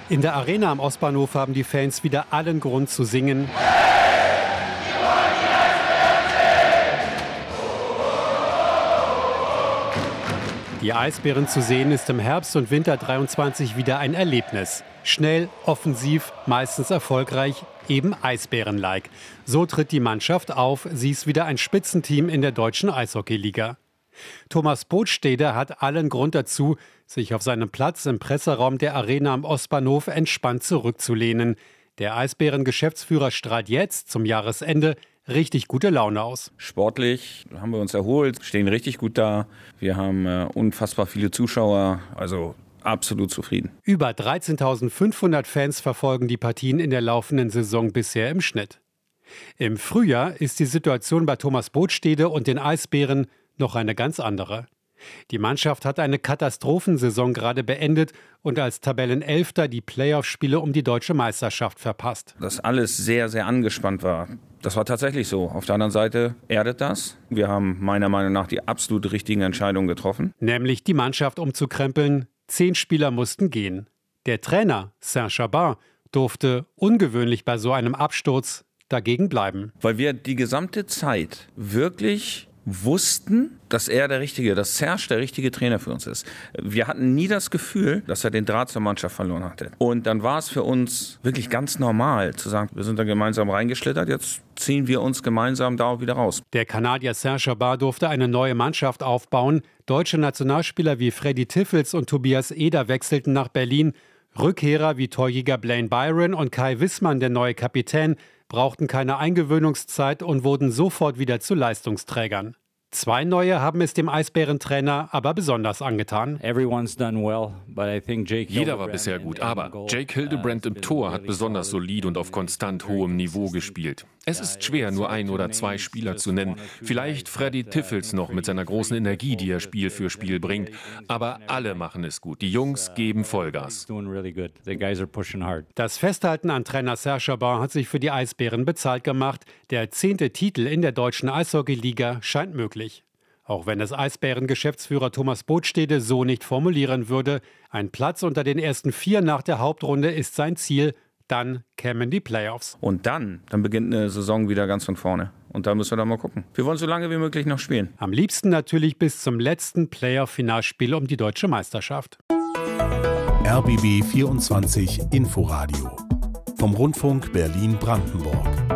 In der Arena am Ostbahnhof haben die Fans wieder allen Grund zu singen. Die Eisbären zu sehen ist im Herbst und Winter 23 wieder ein Erlebnis. Schnell, offensiv, meistens erfolgreich, eben Eisbären-like. So tritt die Mannschaft auf. Sie ist wieder ein Spitzenteam in der deutschen Eishockeyliga. Thomas Bodstede hat allen Grund dazu, sich auf seinem Platz im Presseraum der Arena am Ostbahnhof entspannt zurückzulehnen. Der Eisbären-Geschäftsführer strahlt jetzt zum Jahresende richtig gute Laune aus. Sportlich haben wir uns erholt, stehen richtig gut da. Wir haben unfassbar viele Zuschauer, also absolut zufrieden. Über 13.500 Fans verfolgen die Partien in der laufenden Saison bisher im Schnitt. Im Frühjahr ist die Situation bei Thomas Bodstede und den Eisbären noch eine ganz andere. Die Mannschaft hat eine Katastrophensaison gerade beendet und als Tabellenelfter die Playoff-Spiele um die deutsche Meisterschaft verpasst. Dass alles sehr, sehr angespannt war. Das war tatsächlich so. Auf der anderen Seite erdet das. Wir haben meiner Meinung nach die absolut richtigen Entscheidungen getroffen. Nämlich die Mannschaft umzukrempeln. 10 Spieler mussten gehen. Der Trainer, Serge Chabin, durfte ungewöhnlich bei so einem Absturz dagegen bleiben. Weil wir die gesamte Zeit wirklich wussten, dass Serge der richtige Trainer für uns ist. Wir hatten nie das Gefühl, dass er den Draht zur Mannschaft verloren hatte. Und dann war es für uns wirklich ganz normal zu sagen, wir sind da gemeinsam reingeschlittert, jetzt ziehen wir uns gemeinsam da auch wieder raus. Der Kanadier Serge Chabin durfte eine neue Mannschaft aufbauen. Deutsche Nationalspieler wie Freddy Tiffels und Tobias Eder wechselten nach Berlin. Rückkehrer wie Torjäger Blaine Byron und Kai Wissmann, der neue Kapitän, brauchten keine Eingewöhnungszeit und wurden sofort wieder zu Leistungsträgern. 2 neue haben es dem Eisbärentrainer aber besonders angetan. Jeder war bisher gut, aber Jake Hildebrand im Tor hat besonders solid und auf konstant hohem Niveau gespielt. Es ist schwer, nur 1 oder 2 Spieler zu nennen. Vielleicht Freddy Tiffels noch mit seiner großen Energie, die er Spiel für Spiel bringt. Aber alle machen es gut. Die Jungs geben Vollgas. Das Festhalten an Trainer Serge Chabin hat sich für die Eisbären bezahlt gemacht. Der 10. Titel in der deutschen Eishockeyliga scheint möglich. Auch wenn es Eisbären-Geschäftsführer Thomas Bodstede so nicht formulieren würde. Ein Platz unter den ersten 4 nach der Hauptrunde ist sein Ziel. Dann kämen die Playoffs. Und dann beginnt eine Saison wieder ganz von vorne. Und da müssen wir dann mal gucken. Wir wollen so lange wie möglich noch spielen. Am liebsten natürlich bis zum letzten Playoff-Finalspiel um die deutsche Meisterschaft. RBB 24 Inforadio vom Rundfunk Berlin-Brandenburg.